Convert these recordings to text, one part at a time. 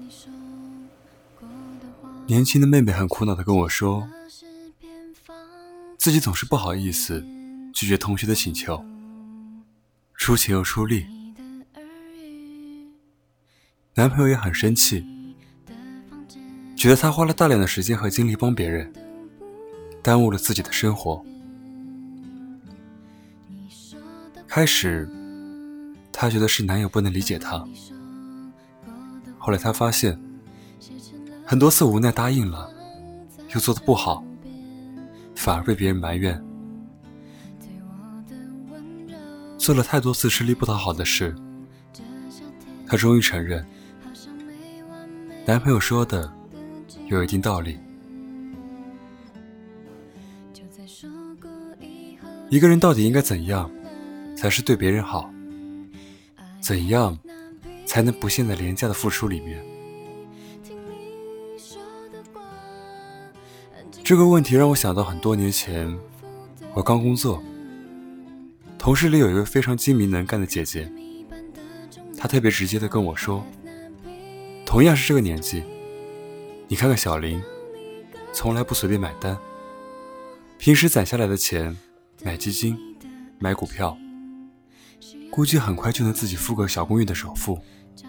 年轻的妹妹很苦恼地跟我说，自己总是不好意思拒绝同学的请求，出钱又出力，男朋友也很生气，觉得她花了大量的时间和精力帮别人，耽误了自己的生活。开始她觉得是男友不能理解她，后来她发现很多次无奈答应了又做得不好，反而被别人埋怨，做了太多次吃力不讨好的事。她终于承认男朋友说的有一定道理。一个人到底应该怎样才是对别人好，怎样才能不陷在廉价的付出里面？这个问题让我想到很多年前我刚工作，同事里有一位非常精明能干的姐姐，她特别直接地跟我说，同样是这个年纪，你看看小林，从来不随便买单，平时攒下来的钱买基金买股票，估计很快就能自己付个小公寓的首付。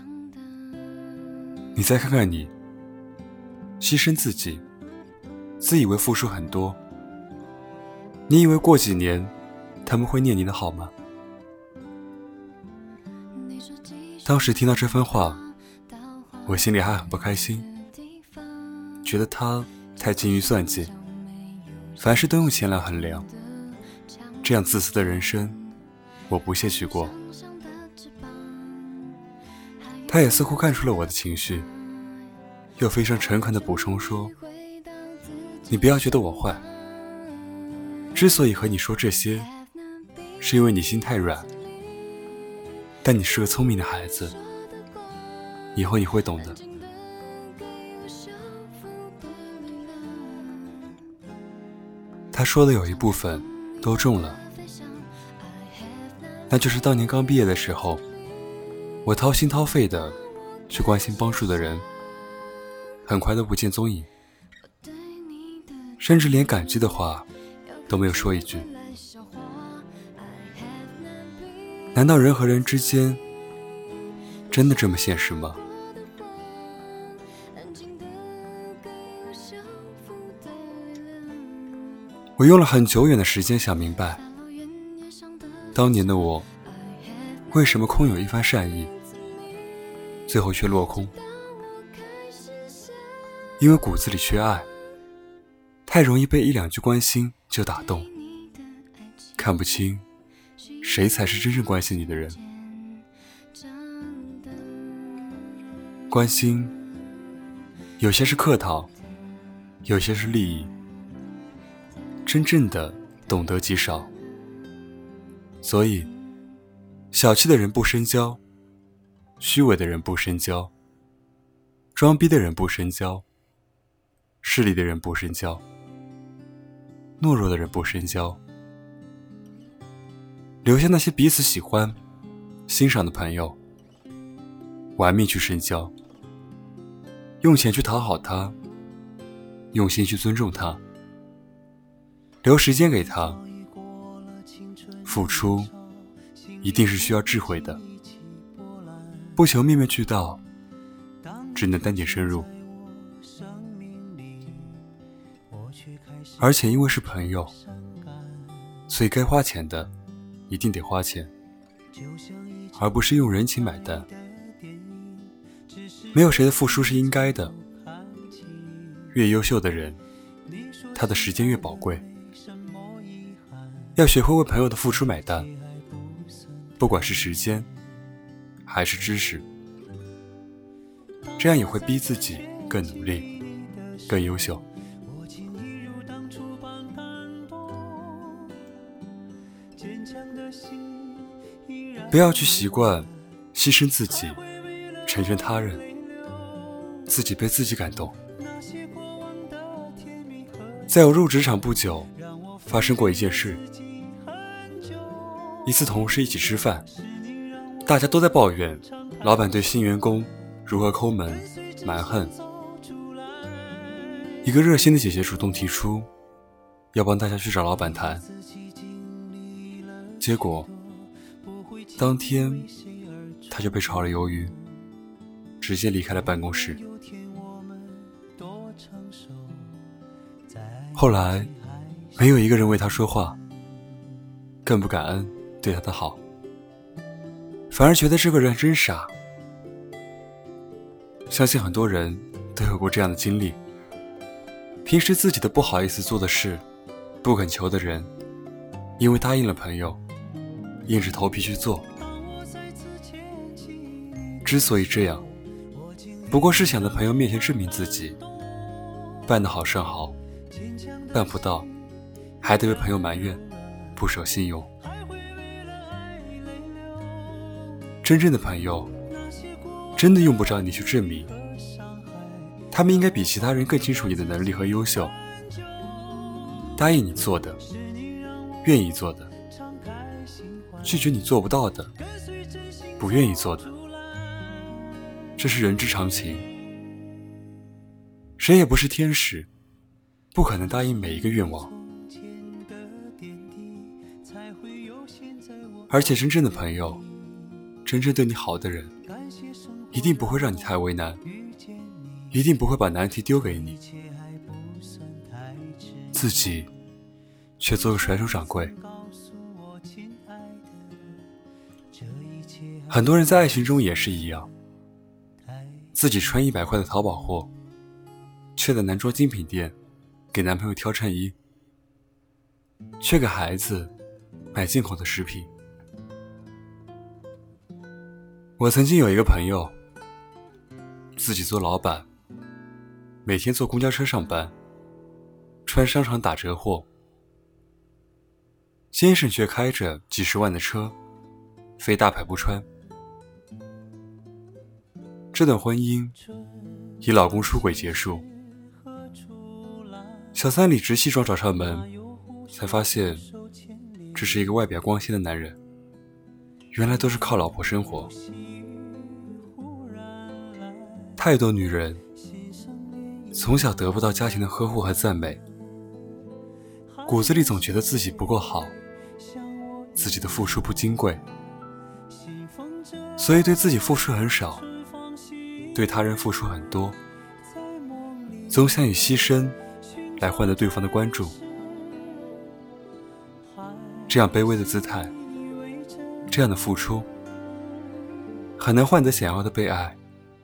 你再看看你，牺牲自己，自以为付出很多，你以为过几年他们会念你的好吗？当时听到这番话，我心里还很不开心，觉得他太精于算计，凡事都用钱来衡量，这样自私的人生我不屑去过。他也似乎看出了我的情绪，又非常诚恳地补充说，你不要觉得我坏，之所以和你说这些，是因为你心太软，但你是个聪明的孩子，以后你会懂的。他说的有一部分都中了，那就是当年刚毕业的时候，我掏心掏肺的去关心帮助的人，很快都不见踪影，甚至连感激的话都没有说一句。难道人和人之间真的这么现实吗？我用了很久远的时间想明白，当年的我为什么空有一番善意，最后却落空。因为骨子里缺爱，太容易被一两句关心就打动，看不清谁才是真正关心你的人。关心有些是客套，有些是利益，真正的懂得极少。所以小气的人不深交，虚伪的人不深交，装逼的人不深交，势利的人不深交，懦弱的人不深交，留下那些彼此喜欢欣赏的朋友，玩命去深交，用钱去讨好他，用心去尊重他，留时间给他。付出一定是需要智慧的，不求面面俱到，只能单点深入。而且因为是朋友，所以该花钱的一定得花钱，而不是用人情买单。没有谁的付出是应该的，越优秀的人，他的时间越宝贵。要学会为朋友的付出买单，不管是时间还是知识，这样也会逼自己更努力更优秀。不要去习惯牺牲自己成全他人，自己被自己感动。在我入职场不久，发生过一件事。一次同事一起吃饭，大家都在抱怨老板对新员工如何抠门蛮横。一个热心的姐姐主动提出要帮大家去找老板谈，结果当天她就被炒了鱿鱼，直接离开了办公室。后来没有一个人为她说话，更不感恩对她的好，反而觉得这个人真傻。相信很多人都有过这样的经历，平时自己都不好意思做的事，不肯求的人，因为答应了朋友，硬着头皮去做。之所以这样，不过是想在朋友面前证明自己，办得好算好，办不到还得被朋友埋怨不守信用。真正的朋友真的用不着你去证明，他们应该比其他人更清楚你的能力和优秀，答应你做的，愿意做的，拒绝你做不到的，不愿意做的，这是人之常情。谁也不是天使，不可能答应每一个愿望。而且真正的朋友，真正对你好的人，一定不会让你太为难，一定不会把难题丢给你，自己却做个甩手掌柜。很多人在爱情中也是一样，自己穿100块的淘宝货，却在男装精品店给男朋友挑衬衣，却给孩子买进口的食品。我曾经有一个朋友，自己做老板，每天坐公交车上班，穿商场打折货，先生却开着几十万的车，非大牌不穿。这段婚姻以老公出轨结束，小三理直气壮找上门，才发现这是一个外表光鲜的男人，原来都是靠老婆生活。太多女人从小得不到家庭的呵护和赞美，骨子里总觉得自己不够好，自己的付出不金贵，所以对自己付出很少，对他人付出很多，总想以牺牲来换得对方的关注。这样卑微的姿态，这样的付出，很难换得想要的被爱。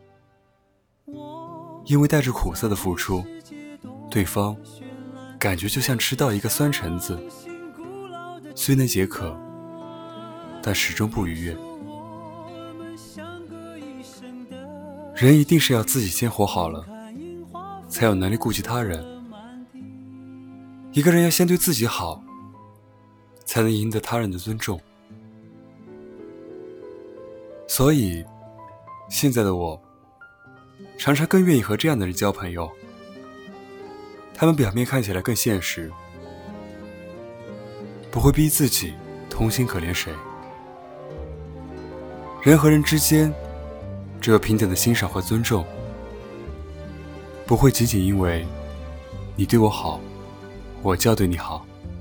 因为带着苦涩的付出，对方感觉就像吃到一个酸橙子，虽能解渴，但始终不愉悦。人一定是要自己先活好了，才有能力顾及他人。一个人要先对自己好，才能赢得他人的尊重。所以现在的我常常更愿意和这样的人交朋友，他们表面看起来更现实，不会逼自己同情可怜谁。人和人之间只有平等的欣赏和尊重，不会仅仅因为你对我好，我就要对你好。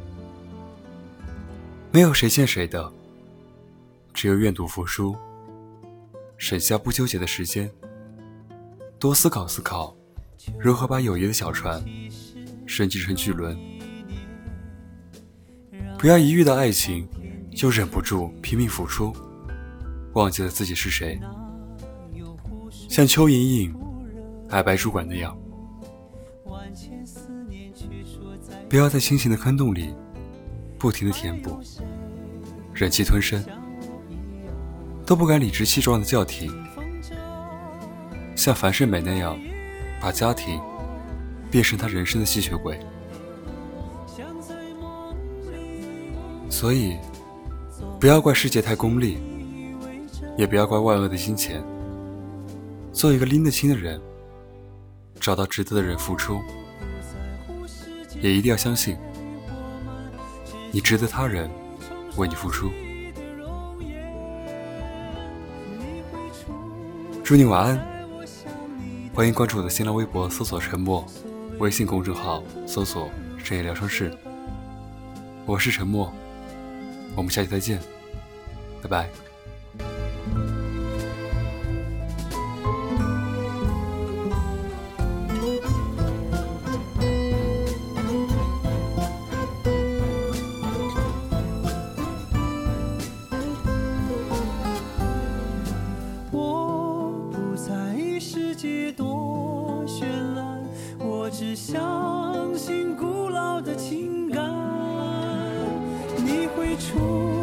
没有谁欠谁的，只有愿赌服输，省下不纠结的时间，多思考思考如何把友谊的小船升级成巨轮。不要一遇到爱情就忍不住拼命付出，忘记了自己是谁，像邱莹莹爱白主管那样，不要在亲情的坑洞里不停地填补，忍气吞声，都不敢理直气壮的叫停，像樊胜美那样把家庭变成他人生的吸血鬼。所以不要怪世界太功利，也不要怪万恶的金钱，做一个拎得清的人，找到值得的人付出，也一定要相信你值得他人为你付出。祝你晚安， 欢迎关注我的新浪微博搜索沉默，微信公众号搜索深夜疗伤室。我是沉默，我们下期再见，拜拜。 只相信古老的情感，你会出